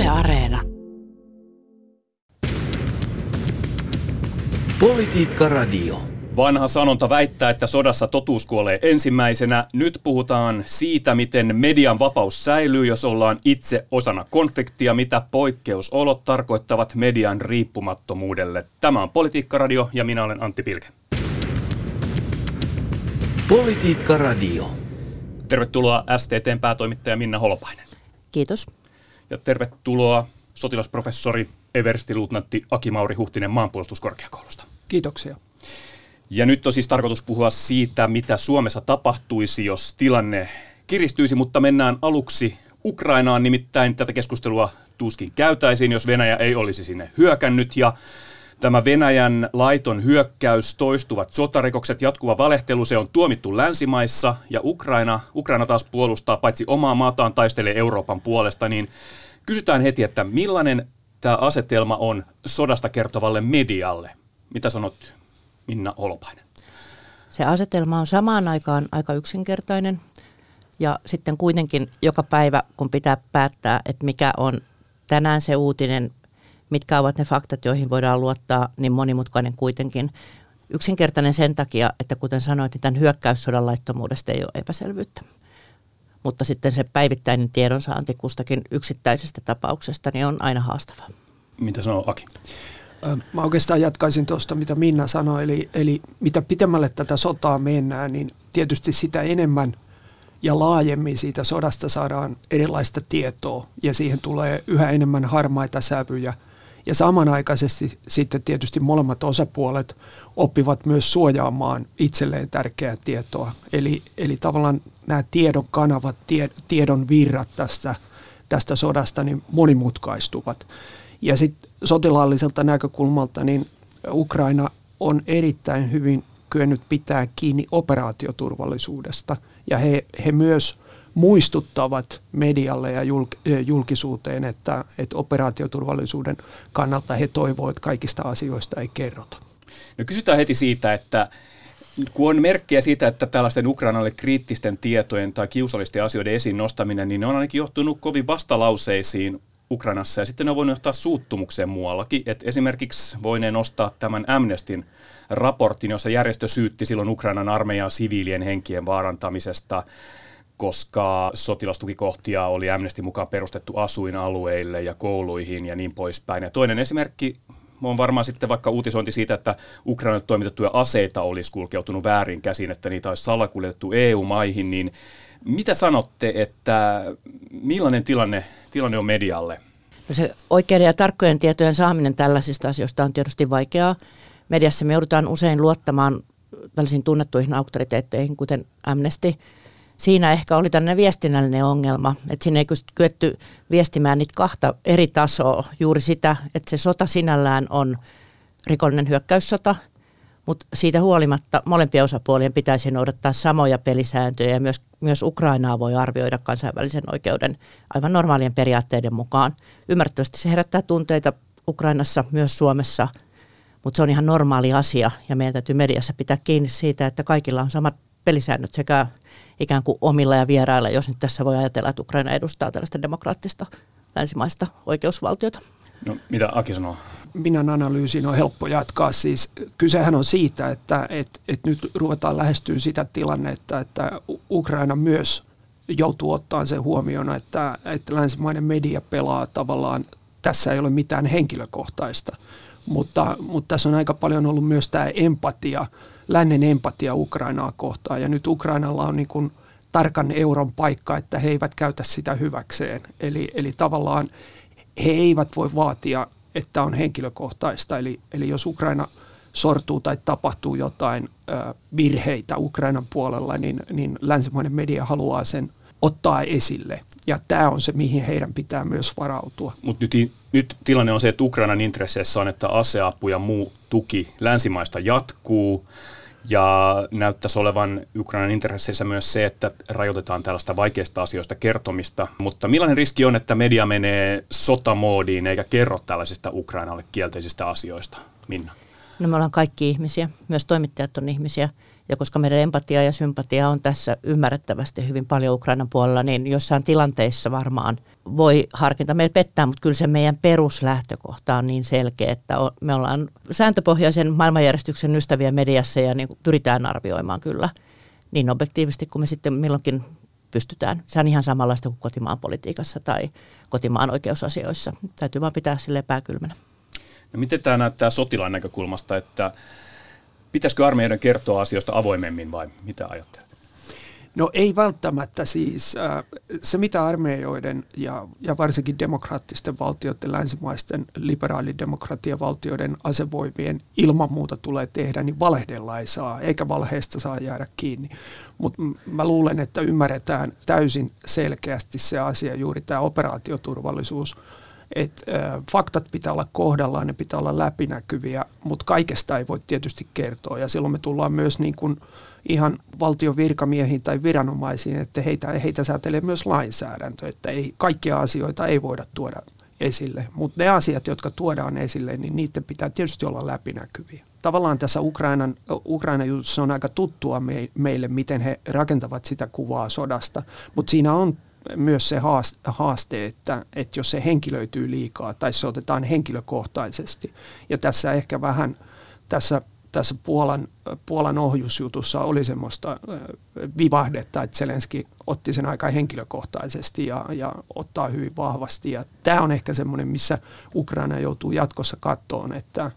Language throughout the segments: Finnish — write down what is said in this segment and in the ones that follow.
Yle Areena. Politiikka Radio. Vanha sanonta väittää, että sodassa totuus kuolee ensimmäisenä. Nyt puhutaan siitä, miten median vapaus säilyy, jos ollaan itse osana konfliktia, mitä poikkeusolot tarkoittavat median riippumattomuudelle. Tämä on Politiikka Radio ja minä olen Antti Pilke. Politiikka Radio. Tervetuloa STT:n päätoimittaja Minna Holopainen. Kiitos. Ja tervetuloa sotilasprofessori everstiluutnantti Aki-Mauri Huhtinen Maanpuolustuskorkeakoulusta. Kiitoksia. Ja nyt on siis tarkoitus puhua siitä, mitä Suomessa tapahtuisi, jos tilanne kiristyisi, mutta mennään aluksi Ukrainaan. Nimittäin tätä keskustelua tuskin käytäisiin, jos Venäjä ei olisi sinne hyökännyt. Ja tämä Venäjän laiton hyökkäys, toistuvat sotarikokset, jatkuva valehtelu, se on tuomittu länsimaissa. Ja Ukraina taas puolustaa paitsi omaa maataan, taistelee Euroopan puolesta. Niin kysytään heti, että millainen tämä asetelma on sodasta kertovalle medialle? Mitä sanot, Minna Holopainen? Se asetelma on samaan aikaan aika yksinkertainen ja sitten kuitenkin joka päivä, kun pitää päättää, että mikä on tänään se uutinen, mitkä ovat ne faktat, joihin voidaan luottaa, niin monimutkainen kuitenkin. Yksinkertainen sen takia, että kuten sanoit, niin tämän hyökkäyssodan laittomuudesta ei ole epäselvyyttä. Mutta sitten se päivittäinen tiedonsaanti kustakin yksittäisestä tapauksesta niin on aina haastavaa. Mitä sanoo Aki? Mä oikeastaan jatkaisin tuosta, mitä Minna sanoi, eli mitä pitemmälle tätä sotaa mennään, niin tietysti sitä enemmän ja laajemmin siitä sodasta saadaan erilaista tietoa ja siihen tulee yhä enemmän harmaita sävyjä. Ja samanaikaisesti sitten tietysti molemmat osapuolet oppivat myös suojaamaan itselleen tärkeää tietoa. Eli tavallaan nämä tiedon kanavat, tiedon virrat tästä sodasta niin monimutkaistuvat. Ja sitten sotilaalliselta näkökulmalta niin Ukraina on erittäin hyvin kyennyt pitää kiinni operaatioturvallisuudesta. Ja he myös muistuttavat medialle ja julkisuuteen, että operaatioturvallisuuden kannalta he toivovat, että kaikista asioista ei kerrota. No kysytään heti siitä, että kun on merkkejä siitä, että tällaisten Ukrainalle kriittisten tietojen tai kiusallisten asioiden esiin nostaminen, niin ne on ainakin johtunut kovin vastalauseisiin Ukrainassa ja sitten ne on voinut johtaa suuttumukseen muuallakin. Et esimerkiksi voineen nostaa tämän Amnestyn raportin, jossa järjestö syytti silloin Ukrainan armeijan siviilien henkien vaarantamisesta, koska sotilastukikohtia oli Amnestyn mukaan perustettu asuinalueille ja kouluihin ja niin poispäin. Ja toinen esimerkki on varmaan sitten vaikka uutisointi siitä, että Ukrainalle toimitettuja aseita olisi kulkeutunut väärin käsin, että niitä olisi salakuljetettu EU-maihin, niin mitä sanotte, että millainen tilanne on medialle? No se oikeiden ja tarkkojen tietojen saaminen tällaisista asioista on tietysti vaikeaa. Mediassa me joudutaan usein luottamaan tällaisiin tunnettuihin auktoriteetteihin, kuten Amnesty. Siinä ehkä oli tällainen viestinnällinen ongelma, että siinä ei kyetty viestimään niitä kahta eri tasoa. Juuri sitä, että se sota sinällään on rikollinen hyökkäyssota, mutta siitä huolimatta molempien osapuolien pitäisi noudattaa samoja pelisääntöjä ja myös Ukrainaa voi arvioida kansainvälisen oikeuden aivan normaalien periaatteiden mukaan. Ymmärrettävästi se herättää tunteita Ukrainassa, myös Suomessa, mutta se on ihan normaali asia ja meidän täytyy mediassa pitää kiinni siitä, että kaikilla on samat pelisäännöt sekä ikään kuin omilla ja vierailla, jos nyt tässä voi ajatella, että Ukraina edustaa tällaista demokraattista länsimaista oikeusvaltiota. No, mitä Aki sanoo? Minän analyysiin on helppo jatkaa. Siis kysehän on siitä, että nyt ruvetaan lähestyä sitä tilannetta, että Ukraina myös joutuu ottamaan sen huomioon, että länsimainen media pelaa tavallaan, tässä ei ole mitään henkilökohtaista, mutta tässä on aika paljon ollut myös tämä empatia, lännen empatia Ukrainaa kohtaan ja nyt Ukrainalla on niin kuin tarkan euron paikka, että he eivät käytä sitä hyväkseen. Eli tavallaan he eivät voi vaatia, että on henkilökohtaista. Eli jos Ukraina sortuu tai tapahtuu jotain virheitä Ukrainan puolella, niin länsimainen media haluaa sen ottaa esille. Ja tämä on se, mihin heidän pitää myös varautua. Mutta nyt tilanne on se, että Ukrainan intresseissä on, että aseapu ja muu tuki länsimaista jatkuu. Ja näyttäisi olevan Ukrainan intresseissä myös se, että rajoitetaan tällaista vaikeista asioista kertomista. Mutta millainen riski on, että media menee sotamoodiin eikä kerro tällaisista Ukrainalle kielteisistä asioista? Minna? No me ollaan kaikki ihmisiä, myös toimittajat on ihmisiä. Ja koska meidän empatia ja sympatia on tässä ymmärrettävästi hyvin paljon Ukrainan puolella, niin jossain tilanteissa varmaan voi harkinta meillä pettää, mutta kyllä se meidän peruslähtökohta on niin selkeä, että me ollaan sääntöpohjaisen maailmanjärjestyksen ystäviä mediassa ja niin pyritään arvioimaan kyllä niin objektiivisesti kuin me sitten milloinkin pystytään. Se on ihan samanlaista kuin kotimaan politiikassa tai kotimaan oikeusasioissa. Täytyy vaan pitää silleen pääkylmänä. No miten tämä näyttää sotilaan näkökulmasta, että pitäisikö armeijoiden kertoa asioista avoimemmin vai mitä ajattelet? No ei välttämättä siis. Se mitä armeijoiden ja varsinkin demokraattisten valtioiden, länsimaisten liberaalidemokratiavaltioiden asevoimien ilman muuta tulee tehdä, niin valehdella ei saa, eikä valheesta saa jäädä kiinni. Mutta mä luulen, että ymmärretään täysin selkeästi se asia, juuri tämä operaatioturvallisuus, että faktat pitää olla kohdallaan, ne pitää olla läpinäkyviä, mutta kaikesta ei voi tietysti kertoa. Ja silloin me tullaan myös niin kuin ihan valtion virkamiehiin tai viranomaisiin, että heitä säätelee myös lainsäädäntö, että kaikkia asioita ei voida tuoda esille. Mutta ne asiat, jotka tuodaan esille, niin niiden pitää tietysti olla läpinäkyviä. Tavallaan tässä Ukrainan jutussa on aika tuttua meille, miten he rakentavat sitä kuvaa sodasta, mutta siinä on myös se haaste, että jos se henkilöityy liikaa tai se otetaan henkilökohtaisesti. Ja tässä ehkä vähän tässä Puolan ohjusjutussa oli semmoista vivahdetta, että Zelenski otti sen aika henkilökohtaisesti ja ottaa hyvin vahvasti. Ja tämä on ehkä semmoinen, missä Ukraina joutuu jatkossa kattoon, että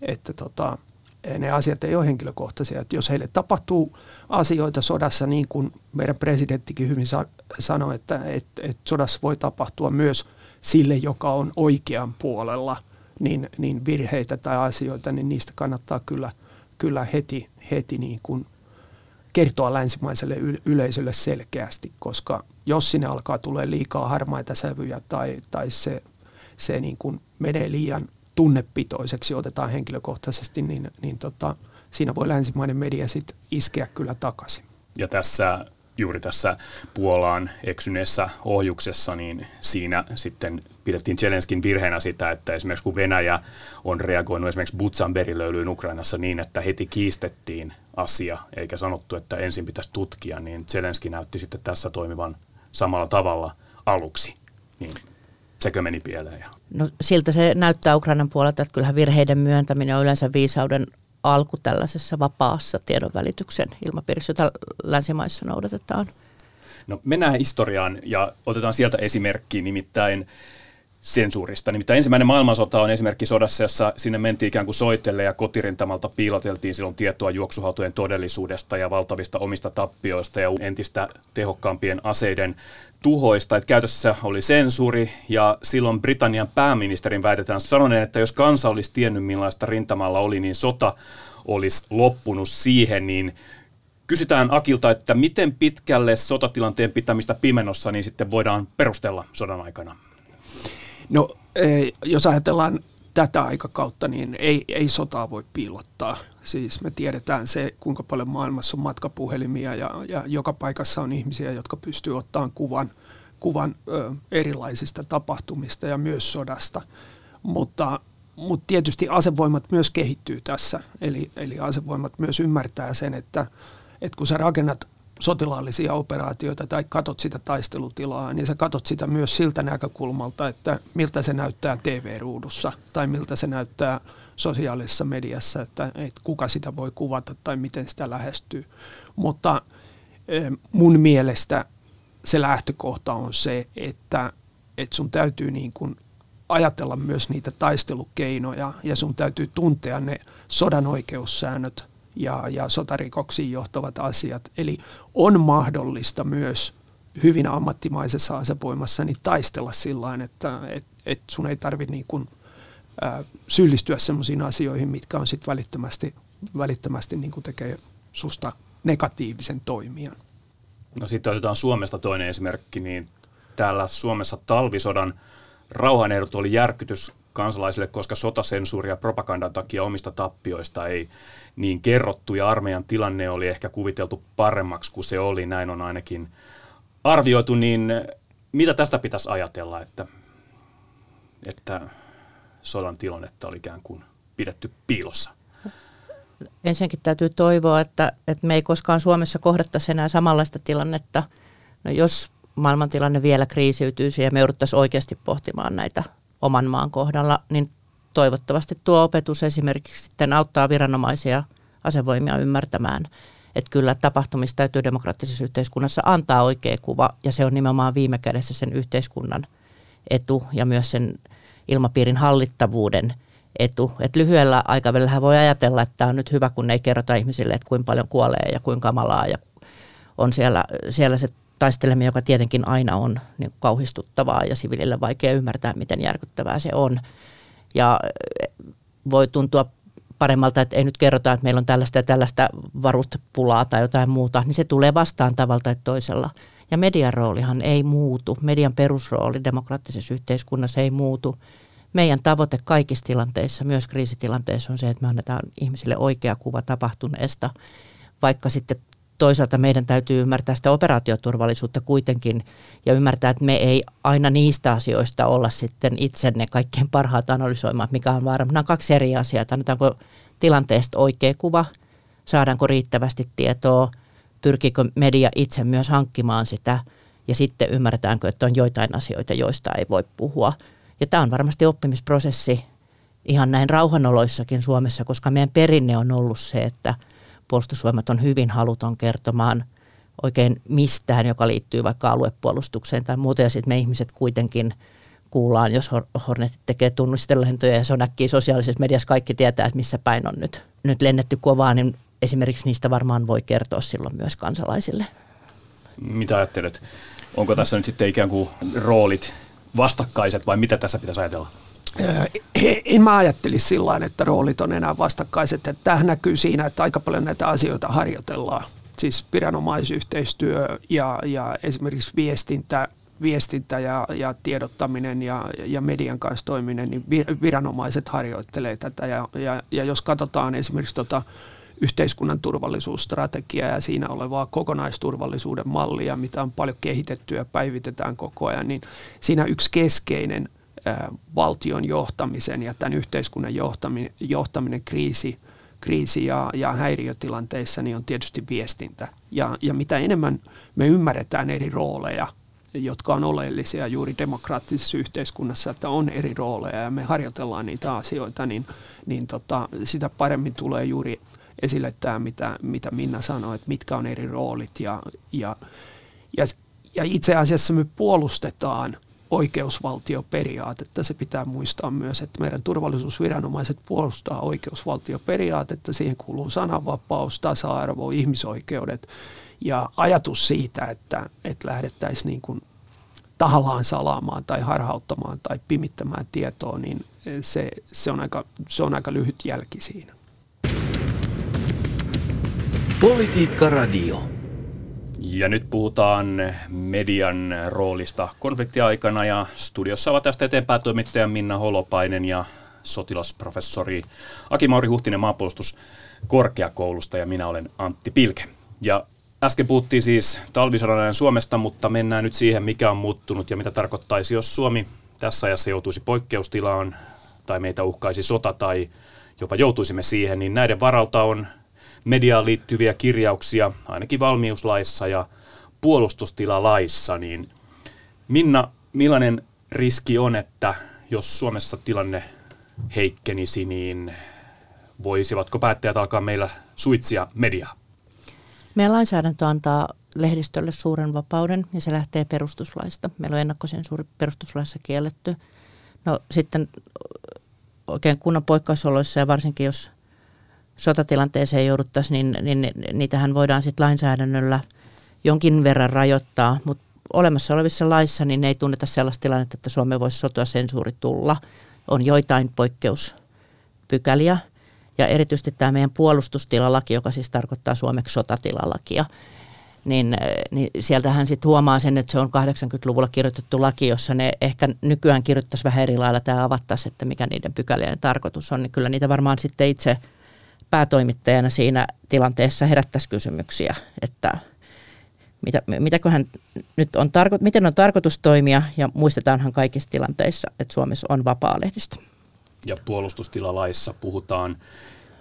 ne asiat ei ole henkilökohtaisia. Että jos heille tapahtuu asioita sodassa, niin kuin meidän presidenttikin hyvin sanoi, että sodassa voi tapahtua myös sille, joka on oikean puolella, niin virheitä tai asioita, niin niistä kannattaa kyllä heti niin kuin kertoa länsimaiselle yleisölle selkeästi, koska jos sinne alkaa tulee liikaa harmaita sävyjä tai se niin kuin menee liian tunnepitoiseksi, otetaan henkilökohtaisesti, niin siinä voi länsimainen media sitten iskeä kyllä takaisin. Ja juuri tässä Puolaan eksyneessä ohjuksessa, niin siinä sitten pidettiin Zelenskin virheenä sitä, että esimerkiksi kun Venäjä on reagoinut esimerkiksi Butsan verilöylyyn Ukrainassa niin, että heti kiistettiin asia, eikä sanottu, että ensin pitäisi tutkia, niin Zelenski näytti sitten tässä toimivan samalla tavalla aluksi. Niin sekö meni pieleen? No siltä se näyttää Ukrainan puolelta, että kyllähän virheiden myöntäminen on yleensä viisauden alku tällaisessa vapaassa tiedonvälityksen ilmapiirissä, jota länsimaissa noudatetaan. No mennään historiaan ja otetaan sieltä esimerkki nimittäin sensuurista. Nimittäin ensimmäinen maailmansota on esimerkki sodassa, jossa sinne mentiin ikään kuin soitelle ja kotirintamalta piiloteltiin silloin tietoa juoksuhautojen todellisuudesta ja valtavista omista tappioista ja entistä tehokkaampien aseiden tuhoista. Että käytössä oli sensuuri ja silloin Britannian pääministerin väitetään sanoneen, että jos kansa olisi tiennyt millaista rintamalla oli, niin sota olisi loppunut siihen. Niin kysytään Akilta, että miten pitkälle sotatilanteen pitämistä pimenossa niin sitten voidaan perustella sodan aikana? No, jos ajatellaan tätä aikakautta, niin ei sotaa voi piilottaa. Siis me tiedetään se, kuinka paljon maailmassa on matkapuhelimia ja joka paikassa on ihmisiä, jotka pystyy ottamaan kuvan erilaisista tapahtumista ja myös sodasta. Mutta tietysti asevoimat myös kehittyy tässä. Eli asevoimat myös ymmärtää sen, että kun sä rakennat sotilaallisia operaatioita tai katot sitä taistelutilaa, niin sä katot sitä myös siltä näkökulmalta, että miltä se näyttää TV-ruudussa tai miltä se näyttää sosiaalisessa mediassa, että kuka sitä voi kuvata tai miten sitä lähestyy. Mutta mun mielestä se lähtökohta on se, että sun täytyy niin kuin ajatella myös niitä taistelukeinoja ja sun täytyy tuntea ne sodan oikeussäännöt ja sotarikoksiin johtavat asiat. Eli on mahdollista myös hyvin ammattimaisessa asevoimassa niin taistella sillain, että sun ei tarvitse niin kuin, syyllistyä sellaisiin asioihin, mitkä on sitten välittömästi niin kuin tekee susta negatiivisen toimijan. No sitten otetaan Suomesta toinen esimerkki, niin täällä Suomessa talvisodan rauhanehdot oli järkytys kansalaisille, koska sotasensuuri ja propagandan takia omista tappioista ei niin kerrottu ja armeijan tilanne oli ehkä kuviteltu paremmaksi kuin se oli, näin on ainakin arvioitu, niin mitä tästä pitäisi ajatella, että sodan tilannetta oli ikään kuin pidetty piilossa? ensinnäkin täytyy toivoa, että me ei koskaan Suomessa kohdattaisi enää samanlaista tilannetta. No jos maailmantilanne vielä kriisiytyisi ja me jouduttaisiin oikeasti pohtimaan näitä oman maan kohdalla, niin toivottavasti tuo opetus esimerkiksi sitten auttaa viranomaisia asevoimia ymmärtämään, että kyllä tapahtumista täytyy demokraattisessa yhteiskunnassa antaa oikea kuva, ja se on nimenomaan viime kädessä sen yhteiskunnan etu ja myös sen ilmapiirin hallittavuuden etu. Et lyhyellä aikavälillä voi ajatella, että tämä on nyt hyvä, kun ei kerrota ihmisille, että kuinka paljon kuolee ja kuinka kamalaa ja on siellä se taisteleminen, joka tietenkin aina on niin kauhistuttavaa ja siviilille vaikea ymmärtää, miten järkyttävää se on. Ja voi tuntua paremmalta, että ei nyt kerrota, että meillä on tällaista ja tällaista varustepulaa tai jotain muuta, niin se tulee vastaan tavalla tai toisella. Ja median roolihan ei muutu. Median perusrooli demokraattisessa yhteiskunnassa ei muutu. Meidän tavoite kaikissa tilanteissa, myös kriisitilanteissa, on se, että me annetaan ihmisille oikea kuva tapahtuneesta, vaikka sitten toisaalta meidän täytyy ymmärtää sitä operaatioturvallisuutta kuitenkin ja ymmärtää, että me ei aina niistä asioista olla sitten itse ne kaikkein parhaat analysoimaan, mikä on vaara. Nämä on kaksi eri asiaa. Annetaanko tilanteesta oikea kuva, saadaanko riittävästi tietoa, pyrkikö media itse myös hankkimaan sitä ja sitten ymmärretäänkö, että on joitain asioita, joista ei voi puhua. Ja tämä on varmasti oppimisprosessi ihan näin rauhanoloissakin Suomessa, koska meidän perinne on ollut se, että Puolustusvoimat on hyvin haluton kertomaan oikein mistään, joka liittyy vaikka aluepuolustukseen tai muuta. Ja sitten me ihmiset kuitenkin kuullaan, jos Hornetit tekee tunnistelentoja ja se on äkkiä sosiaalisessa mediassa. Kaikki tietää, että missä päin on nyt lennetty kovaa, niin esimerkiksi niistä varmaan voi kertoa silloin myös kansalaisille. Mitä ajattelet? Onko tässä nyt sitten ikään kuin roolit vastakkaiset vai mitä tässä pitäisi ajatella? En mä ajattelisi sillain, että roolit on enää vastakkaiset. Tämähän näkyy siinä, että aika paljon näitä asioita harjoitellaan. Siis viranomaisyhteistyö ja esimerkiksi viestintä ja tiedottaminen ja median kanssa toiminen, niin viranomaiset harjoittelee tätä. Ja jos katsotaan esimerkiksi yhteiskunnan turvallisuusstrategiaa ja siinä olevaa kokonaisturvallisuuden mallia, mitä on paljon kehitetty ja päivitetään koko ajan, niin siinä yksi keskeinen valtion johtamisen ja tämän yhteiskunnan johtaminen kriisi- ja häiriötilanteissa niin on tietysti viestintä. Ja mitä enemmän me ymmärretään eri rooleja, jotka on oleellisia juuri demokraattisessa yhteiskunnassa, että on eri rooleja ja me harjoitellaan niitä asioita, niin sitä paremmin tulee juuri esille tämä, mitä Minna sanoi, että mitkä on eri roolit. Ja itse asiassa me puolustetaan oikeusvaltioperiaatetta. Se pitää muistaa myös, että meidän turvallisuusviranomaiset puolustaa oikeusvaltioperiaatetta. Siihen kuuluu sananvapaus, tasa-arvo, ihmisoikeudet ja ajatus siitä, että lähdettäisiin niin kuin tahallaan salaamaan tai harhauttamaan tai pimittämään tietoa, niin se on aika lyhyt jälki siinä. Politiikka Radio. Ja nyt puhutaan median roolista konfliktiaikana ja studiossa ovat tästä eteenpäin toimittaja Minna Holopainen ja sotilasprofessori Aki-Mauri Huhtinen maanpuolustuskorkeakoulusta ja minä olen Antti Pilke. Ja äsken puhuttiin siis talvisodan ajan Suomesta, mutta mennään nyt siihen, mikä on muuttunut ja mitä tarkoittaisi, jos Suomi tässä ajassa joutuisi poikkeustilaan tai meitä uhkaisi sota tai jopa joutuisimme siihen, niin näiden varalta on mediaan liittyviä kirjauksia, ainakin valmiuslaissa ja puolustustilalaissa, niin Minna, millainen riski on, että jos Suomessa tilanne heikkenisi, niin voisivatko päättäjät alkaa meillä suitsia mediaa? Meidän lainsäädäntö antaa lehdistölle suuren vapauden ja se lähtee perustuslaista. Meillä on ennakkosensuuri perustuslaissa kielletty. No sitten oikein kunnon poikkeusoloissa ja varsinkin jos sotatilanteeseen jouduttaisiin, niin niitähän voidaan sitten lainsäädännöllä jonkin verran rajoittaa, mutta olemassa olevissa laissa niin ei tunneta sellaista tilannetta, että Suomeen voisi sotasensuuri tulla. On joitain poikkeuspykäliä ja erityisesti tämä meidän puolustustilalaki, joka siis tarkoittaa suomeksi sotatilalakia, niin sieltähän sitten huomaa sen, että se on 80-luvulla kirjoitettu laki, jossa ne ehkä nykyään kirjoittaisi vähän eri lailla tai avattaisi, että mikä niiden pykälien tarkoitus on, niin kyllä niitä varmaan sitten itse päätoimittajana siinä tilanteessa herättäisi kysymyksiä, että mitäköhän nyt on miten on tarkoitus toimia, ja muistetaanhan kaikissa tilanteissa, että Suomessa on vapaa lehdistö. Ja puolustustilalaissa puhutaan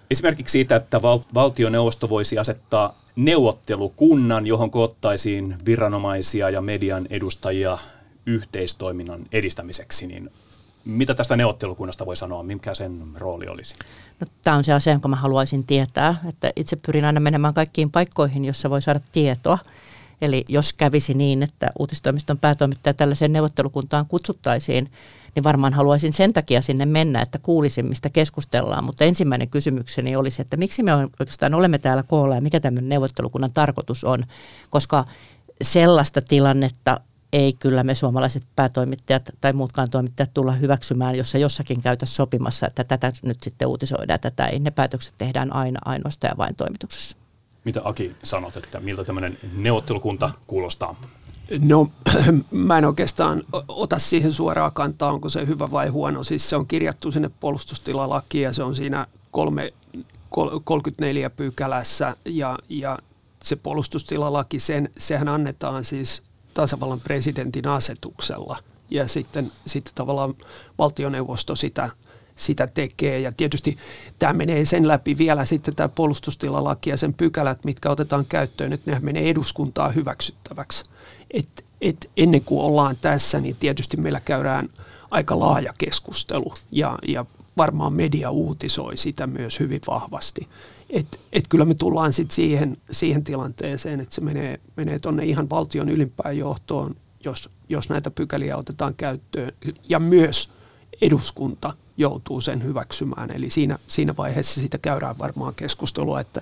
Esimerkiksi siitä, että valtioneuvosto voisi asettaa neuvottelukunnan, johon koottaisiin viranomaisia ja median edustajia yhteistoiminnan edistämiseksi, niin mitä tästä neuvottelukunnasta voi sanoa, mikä sen rooli olisi? No, tämä on se asia, jonka mä haluaisin tietää, että itse pyrin aina menemään kaikkiin paikkoihin, jossa voi saada tietoa. Eli jos kävisi niin, että uutistoimiston päätoimittaja tällaiseen neuvottelukuntaan kutsuttaisiin, niin varmaan haluaisin sen takia sinne mennä, että kuulisin, mistä keskustellaan. Mutta ensimmäinen kysymykseni olisi, että miksi me oikeastaan olemme täällä koolla ja mikä tämmöinen neuvottelukunnan tarkoitus on, koska sellaista tilannetta ei kyllä me suomalaiset päätoimittajat tai muutkaan toimittajat tulla hyväksymään, jossa jossakin käytäisiin sopimassa, että tätä nyt sitten uutisoidaan, tätä ei. Ne päätökset tehdään aina ainoastaan ja vain toimituksessa. Mitä Aki sanot, että miltä tämmöinen neuvottelukunta kuulostaa? No, mä en oikeastaan ota siihen suoraan kantaa, onko se hyvä vai huono. Siis se on kirjattu sinne puolustustilalakiin ja se on siinä 34 pykälässä ja se puolustustilalaki, sehän annetaan siis tasavallan presidentin asetuksella ja sitten tavallaan valtioneuvosto sitä tekee ja tietysti tämä menee sen läpi vielä sitten tämä puolustustilalaki ja sen pykälät, mitkä otetaan käyttöön, että ne menee eduskuntaan hyväksyttäväksi. Et ennen kuin ollaan tässä, niin tietysti meillä käydään aika laaja keskustelu ja varmaan media uutisoi sitä myös hyvin vahvasti. Et kyllä me tullaan sitten siihen tilanteeseen, että se menee tuonne ihan valtion ylimpään johtoon, jos näitä pykäliä otetaan käyttöön ja myös eduskunta joutuu sen hyväksymään. Eli siinä vaiheessa siitä käydään varmaan keskustelua, että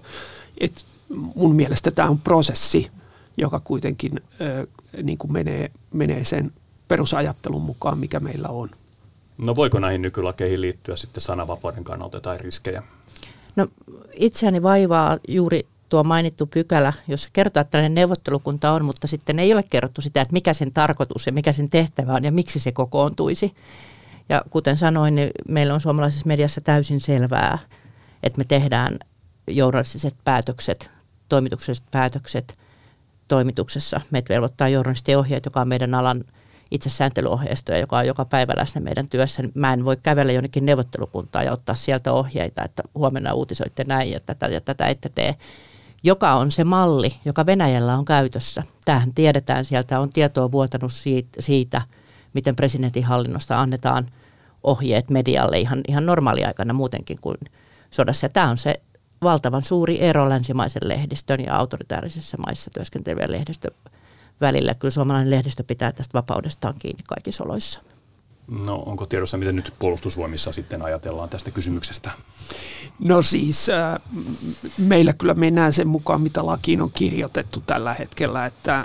mun mielestä tämä on prosessi, joka kuitenkin niin kuin menee sen perusajattelun mukaan, mikä meillä on. No voiko näihin nykylakeihin liittyä sitten sananvapauden kannalta tai riskejä? No itseäni vaivaa juuri tuo mainittu pykälä, jossa kertoo, että tällainen neuvottelukunta on, mutta sitten ei ole kerrottu sitä, että mikä sen tarkoitus ja mikä sen tehtävä on ja miksi se kokoontuisi. Ja kuten sanoin, niin meillä on suomalaisessa mediassa täysin selvää, että me tehdään journalistiset päätökset, toimitukselliset päätökset toimituksessa. Meitä velvoittaa journalistiohjeet, joka on meidän alan itsesääntelyohjeisto ja joka on joka päivä läsnä meidän työssä. Mä en voi kävellä jonnekin neuvottelukuntaan ja ottaa sieltä ohjeita, että huomenna uutisoitte näin ja tätä ette tee, joka on se malli, joka Venäjällä on käytössä. Tämähän tiedetään, sieltä on tietoa vuotanut siitä miten presidentin hallinnosta annetaan ohjeet medialle ihan normaaliaikana muutenkin kuin sodassa. Ja tämä on se valtavan suuri ero länsimaisen lehdistön ja autoritaarisissa maissa työskentelevien lehdistön välillä. Kyllä suomalainen lehdistö pitää tästä vapaudestaan kiinni kaikissa oloissa. No onko tiedossa, miten nyt puolustusvoimissa sitten ajatellaan tästä kysymyksestä? No siis meillä kyllä mennään sen mukaan, mitä lakiin on kirjoitettu tällä hetkellä, että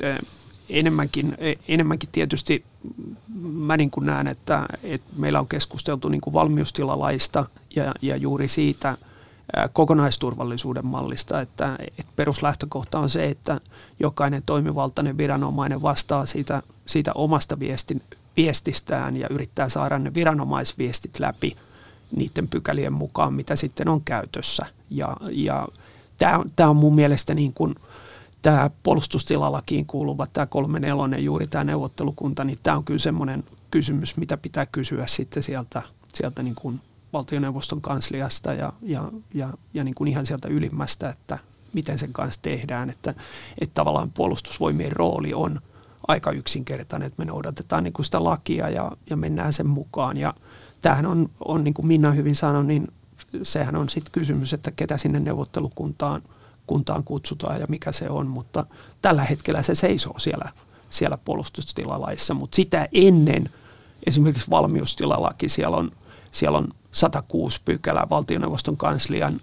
enemmänkin tietysti mä niin kuin näen, että meillä on keskusteltu niin kuin valmiustilalaista ja juuri siitä kokonaisturvallisuuden mallista, että peruslähtökohta on se, että jokainen toimivaltainen viranomainen vastaa siitä omasta viestistään ja yrittää saada ne viranomaisviestit läpi niiden pykälien mukaan, mitä sitten on käytössä. Ja tämä on mun mielestä niin kuin tämä puolustustilalakiin kuuluva, tämä 34, juuri tämä neuvottelukunta, niin tämä on kyllä semmoinen kysymys, mitä pitää kysyä sitten sieltä niin kuin valtioneuvoston kansliasta ja niin kuin ihan sieltä ylimmästä, että miten sen kanssa tehdään, että tavallaan puolustusvoimien rooli on aika yksinkertainen, että me noudatetaan niin kuin sitä lakia ja mennään sen mukaan. Ja tämähän on niin kuin Minna hyvin sanoi, niin sehän on sitten kysymys, että ketä sinne neuvottelukuntaan kutsutaan ja mikä se on, mutta tällä hetkellä se seisoo siellä puolustustilalaissa, mutta sitä ennen esimerkiksi valmiustilalaki, siellä on 106 pykälää valtioneuvoston kanslian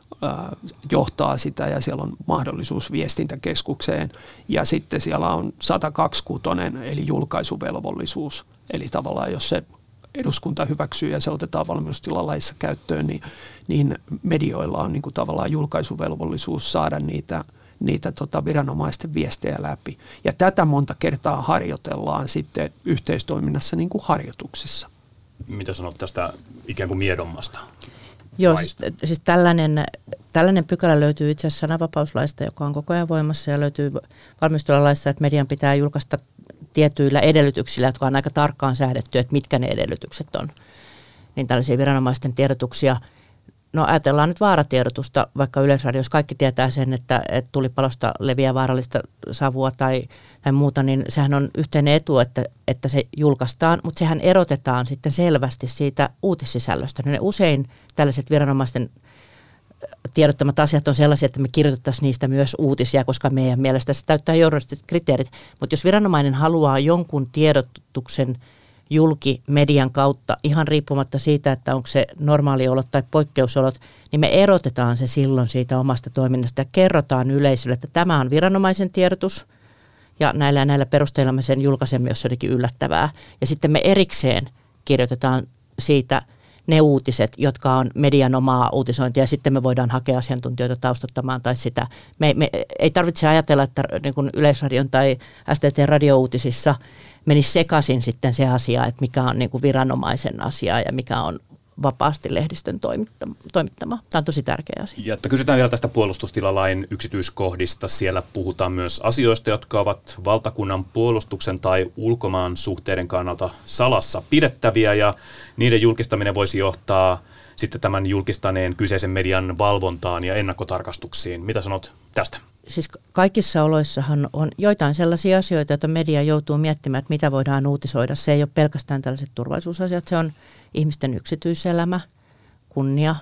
johtaa sitä ja siellä on mahdollisuus viestintäkeskukseen ja sitten siellä on 126 eli julkaisuvelvollisuus, eli tavallaan jos se eduskunta hyväksyy ja se otetaan valmiustilalaissa käyttöön, niin medioilla on niin kuin tavallaan julkaisuvelvollisuus saada niitä viranomaisten viestejä läpi. Ja tätä monta kertaa harjoitellaan sitten yhteistoiminnassa niin kuin harjoituksissa. Mitä sanot tästä ikään kuin miedommasta? Joo, siis tällainen pykälä löytyy itse asiassa sananvapauslaista, joka on koko ajan voimassa ja löytyy valmistelulaissa, että median pitää julkaista tietyillä edellytyksillä, jotka on aika tarkkaan säädetty, että mitkä ne edellytykset on. Niin tällaisia viranomaisten tiedotuksia No ajatellaan nyt vaaratiedotusta, vaikka Yleisradiossa kaikki tietää sen, että tulipalosta leviää vaarallista savua tai muuta, niin sehän on yhteinen etu, että se julkaistaan, mutta sehän erotetaan sitten selvästi siitä uutissisällöstä. Ne usein tällaiset viranomaisten tiedottamat asiat on sellaisia, että me kirjoitettaisiin niistä myös uutisia, koska meidän mielestä se täyttää journalistiset kriteerit. Mutta jos viranomainen haluaa jonkun tiedotuksen julki median kautta, ihan riippumatta siitä, että onko se normaaliolot tai poikkeusolot, niin me erotetaan se silloin siitä omasta toiminnasta ja kerrotaan yleisölle, että tämä on viranomaisen tiedotus ja näillä perusteilla me sen julkaisemme, jos se jotenkin yllättävää. Ja sitten me erikseen kirjoitetaan siitä ne uutiset, jotka on median omaa uutisointia, ja sitten me voidaan hakea asiantuntijoita taustattamaan tai sitä. Me ei tarvitse ajatella, että niin kuin Yleisradion tai STT-radiouutisissa menisi sekaisin sitten se asia, että mikä on niin kuin viranomaisen asia ja mikä on vapaasti lehdistön toimittama. Tämä on tosi tärkeä asia. Ja että kysytään vielä tästä puolustustilalain yksityiskohdista. Siellä puhutaan myös asioista, jotka ovat valtakunnan puolustuksen tai ulkomaan suhteiden kannalta salassa pidettäviä, ja niiden julkistaminen voisi johtaa sitten tämän julkistaneen kyseisen median valvontaan ja ennakkotarkastuksiin. Mitä sanot tästä? Siis kaikissa oloissahan on joitain sellaisia asioita, joita media joutuu miettimään, että mitä voidaan uutisoida. Se ei ole pelkästään tällaiset turvallisuusasiat, se on ihmisten yksityiselämä, kunnia,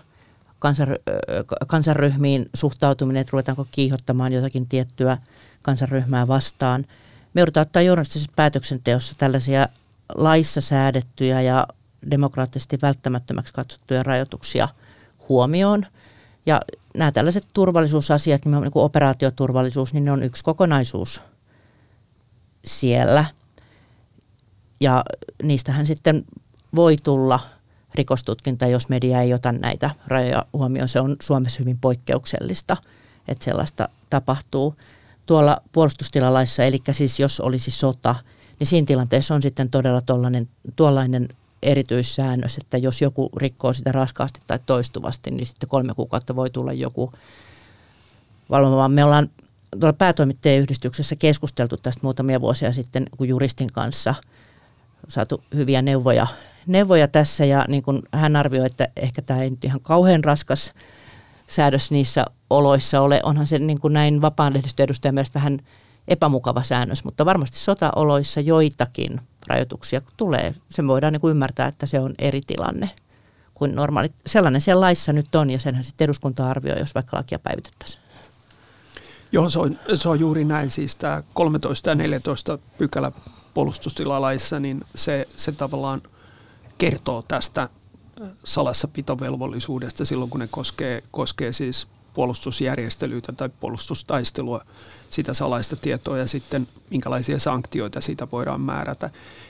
kansanryhmiin suhtautuminen, että ruvetaanko kiihottamaan jotakin tiettyä kansanryhmää vastaan. Me joudutaan ottaa journalistisessa päätöksenteossa tällaisia laissa säädettyjä ja demokraattisesti välttämättömäksi katsottuja rajoituksia huomioon. Ja nämä tällaiset turvallisuusasiat, niin kuin operaatioturvallisuus, niin ne on yksi kokonaisuus siellä. Ja niistähän sitten voi tulla rikostutkinta, jos media ei ota näitä rajoja huomioon. Se on Suomessa hyvin poikkeuksellista, että sellaista tapahtuu. Tuolla puolustustilalaissa, eli siis jos olisi sota, niin siinä tilanteessa on sitten todella tuollainen erityissäännös, että jos joku rikkoo sitä raskaasti tai toistuvasti, niin sitten 3 kuukautta voi tulla joku valvomaan. Me ollaan tuolla päätoimittajayhdistyksessä keskusteltu tästä muutamia vuosia sitten kun juristin kanssa, saatu hyviä neuvoja tässä, ja niin kuin hän arvioi, että ehkä tämä ei nyt ihan kauhean raskas säädös niissä oloissa ole. Onhan se niin kuin näin vapaan lehdistöedustajan mielestä vähän epämukava säännös, mutta varmasti sotaoloissa joitakin rajoituksia tulee. Se voidaan niin kuin ymmärtää, että se on eri tilanne kuin normaali. Sellainen siellä laissa nyt on, ja senhän sitten eduskunta arvioi, jos vaikka lakia päivitettäisiin. Joo, se on juuri näin. Siis tämä 13 ja 14 pykälä puolustustilalaissa, niin se tavallaan kertoo tästä salassapitovelvollisuudesta silloin, kun ne koskee siis puolustusjärjestelyitä tai puolustustaistelua, sitä salaista tietoa ja sitten minkälaisia sanktioita siitä voidaan määrätä.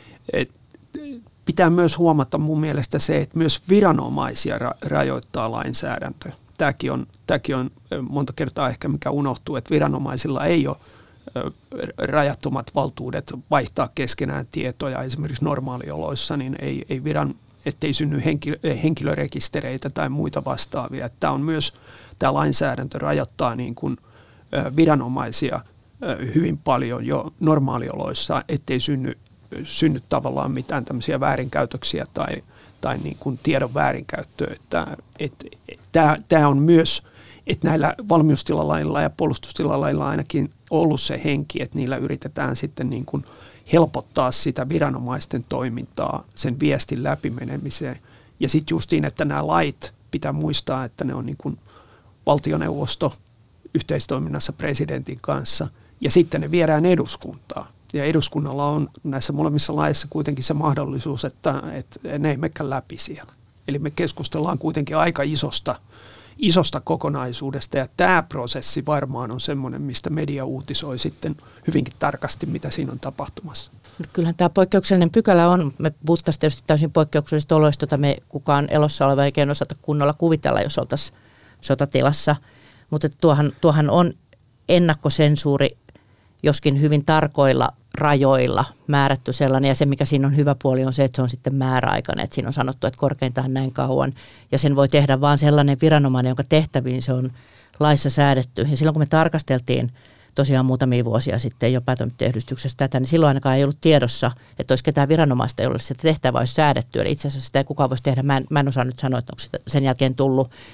Pitää myös huomata mun mielestä se, että myös viranomaisia rajoittaa lainsäädäntö. Tämäkin on monta kertaa ehkä mikä unohtuu, että viranomaisilla ei ole rajattomat valtuudet vaihtaa keskenään tietoja esimerkiksi normaalioloissa, niin ettei synny henkilörekistereitä tai muita vastaavia. Tämä lainsäädäntö rajoittaa niin kuin viranomaisia hyvin paljon jo normaalioloissa, ettei synny tavallaan mitään tämmöisiä väärinkäytöksiä tai niin kuin tiedon väärinkäyttöä. Tämä on myös, että näillä valmiustilalailla ja puolustustilalailla ainakin ollut se henki, että niillä yritetään sitten niin kuin helpottaa sitä viranomaisten toimintaa sen viestin läpimenemiseen. Ja sitten justiin, että nämä lait pitää muistaa, että ne on niin kuin valtioneuvosto yhteistoiminnassa presidentin kanssa, ja sitten ne viedään eduskuntaan. Ja eduskunnalla on näissä molemmissa laissa kuitenkin se mahdollisuus, että ne ei menekään läpi siellä. Eli me keskustellaan kuitenkin aika isosta kokonaisuudesta, ja tämä prosessi varmaan on semmoinen, mistä media uutisoi sitten hyvinkin tarkasti, mitä siinä on tapahtumassa. Kyllähän tämä poikkeuksellinen pykälä on, me puhuttaisiin tietysti täysin poikkeuksellisista oloista, jota me kukaan elossa oleva ei osata kunnolla kuvitella, jos oltaisiin sotatilassa, mutta tuohan on ennakkosensuuri, joskin hyvin tarkoilla rajoilla määrätty sellainen, ja se mikä siinä on hyvä puoli on se, että se on sitten määräaikainen, että siinä on sanottu, että korkeintaan näin kauan, ja sen voi tehdä vaan sellainen viranomainen, jonka tehtäviin se on laissa säädetty. Ja silloin kun me tarkasteltiin tosiaan muutamia vuosia sitten jo päätoimittajayhdistyksessä tätä, niin silloin ainakaan ei ollut tiedossa, että olisi ketään viranomaista, jolle se tehtävä olisi säädetty, eli itse asiassa sitä ei kukaan voisi tehdä. Mä en osaa nyt sanoa, että onko sitä sen jälkeen tullut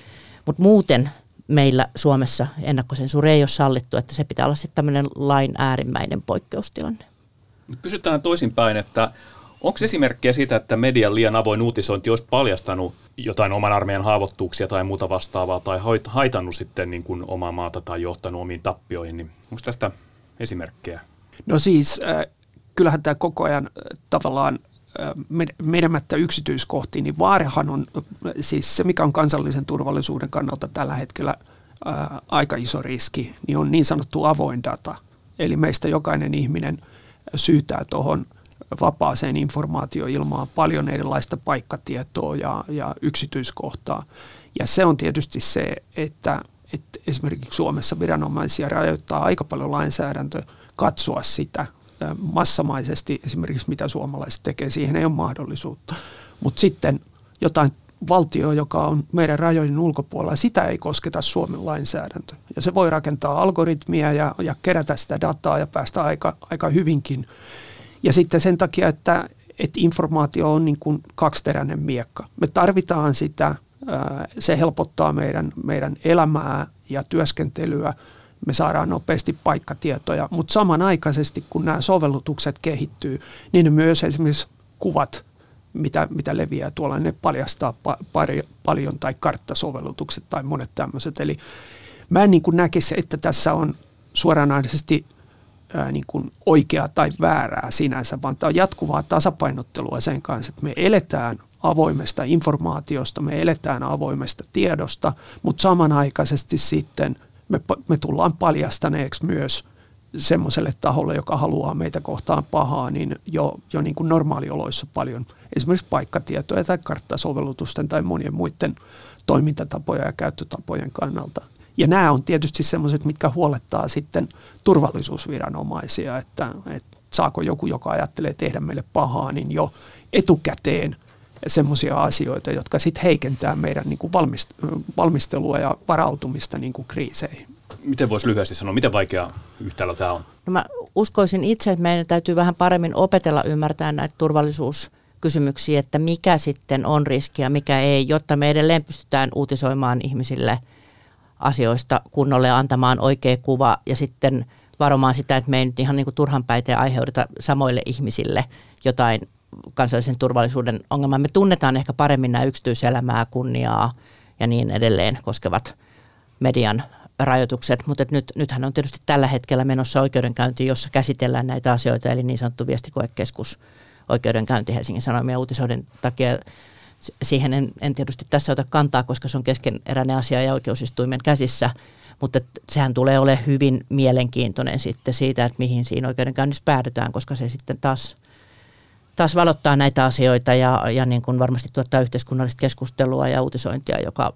Mutta muuten meillä Suomessa ennakkosensuuri ei ole sallittu, että se pitää olla sitten tämmöinen lain äärimmäinen poikkeustilanne. Pysytään toisinpäin, että onko esimerkkejä siitä, että median liian avoin uutisointi olisi paljastanut jotain oman armeijan haavoittuuksia tai muuta vastaavaa tai haitannut sitten niin kuin omaa maata tai johtanut omiin tappioihin, niin onko tästä esimerkkejä? No siis kyllähän tämä koko ajan tavallaan menemättä yksityiskohtiin, niin vaarehan on siis se, mikä on kansallisen turvallisuuden kannalta tällä hetkellä aika iso riski, niin on niin sanottu avoin data. Eli meistä jokainen ihminen syytää tuohon vapaaseen informaatioilmaan paljon erilaista paikkatietoa ja yksityiskohtaa. Ja se on tietysti se, että esimerkiksi Suomessa viranomaisia rajoittaa aika paljon lainsäädäntö katsoa sitä massamaisesti, esimerkiksi mitä suomalaiset tekee, siihen ei ole mahdollisuutta. Mutta sitten jotain valtio, joka on meidän rajojen ulkopuolella, sitä ei kosketa Suomen lainsäädäntö. Ja se voi rakentaa algoritmia ja kerätä sitä dataa ja päästä aika hyvinkin. Ja sitten sen takia, että informaatio on niin kuin kaksiteräinen miekka. Me tarvitaan sitä, se helpottaa meidän elämää ja työskentelyä. Me saadaan nopeasti paikkatietoja, mutta samanaikaisesti kun nämä sovellutukset kehittyy, niin ne myös esimerkiksi kuvat, mitä leviää tuolla, ne paljastaa paljon tai karttasovellutukset tai monet tämmöiset. Eli mä en niin kuin näkisi, että tässä on suoranaisesti niin kuin oikea tai väärää sinänsä, vaan tämä on jatkuvaa tasapainottelua sen kanssa, että me eletään avoimesta informaatiosta, me eletään avoimesta tiedosta, mutta samanaikaisesti sitten me tullaan paljastaneeksi myös semmoiselle taholle, joka haluaa meitä kohtaan pahaa, niin jo niin kuin normaalioloissa paljon esimerkiksi paikkatietoja tai karttasovellutusten tai monien muiden toimintatapoja ja käyttötapojen kannalta. Ja nämä on tietysti semmoiset, mitkä huolettaa sitten turvallisuusviranomaisia, että saako joku, joka ajattelee tehdä meille pahaa, niin jo etukäteen semmoisia asioita, jotka sitten heikentää meidän niin kuin valmistelua ja varautumista niin kuin kriiseihin. Miten voisi lyhyesti sanoa, miten vaikea yhtälö tämä on? No mä uskoisin itse, että meidän täytyy vähän paremmin opetella ymmärtää näitä turvallisuuskysymyksiä, että mikä sitten on riski ja mikä ei, jotta me edelleen pystytään uutisoimaan ihmisille asioista kunnolle ja antamaan oikea kuva ja sitten varomaan sitä, että me ei nyt ihan niin kuin turhanpäiten aiheuteta samoille ihmisille jotain kansallisen turvallisuuden ongelmaa. Me tunnetaan ehkä paremmin nämä yksityiselämää, kunniaa ja niin edelleen koskevat median rajoitukset, mutta nythän on tietysti tällä hetkellä menossa oikeudenkäynti, jossa käsitellään näitä asioita, eli niin sanottu viestikoekeskus oikeudenkäynti Helsingin Sanomien uutisoiden takia. Siihen en tietysti tässä ota kantaa, koska se on keskeneräinen asia ja oikeusistuimen käsissä, mutta sehän tulee olemaan hyvin mielenkiintoinen sitten siitä, että mihin siinä oikeudenkäynnissä päädytään, koska se sitten taas valottaa näitä asioita ja niin kuin varmasti tuottaa yhteiskunnallista keskustelua ja uutisointia, joka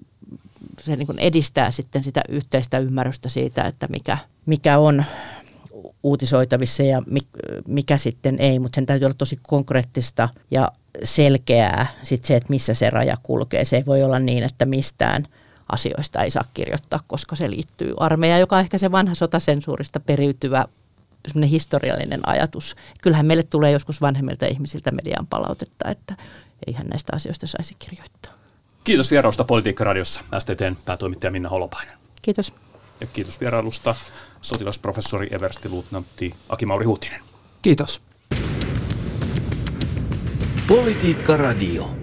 se niin kuin edistää sitten sitä yhteistä ymmärrystä siitä, että mikä on uutisoitavissa ja mikä sitten ei, mutta sen täytyy olla tosi konkreettista ja selkeää sit se, että missä se raja kulkee. Se ei voi olla niin, että mistään asioista ei saa kirjoittaa, koska se liittyy armeijaan, joka on ehkä se vanha sotasensuurista periytyvä historiallinen ajatus. Kyllähän meille tulee joskus vanhemmilta ihmisiltä median palautetta, että eihän näistä asioista saisi kirjoittaa. Kiitos vierailusta Politiikka-radiossa, STT:n päätoimittaja Minna Holopainen. Kiitos. Ja kiitos vierailusta sotilasprofessori everstiluutnantti Aki-Mauri Huhtinen. Kiitos. Politiikka-radio.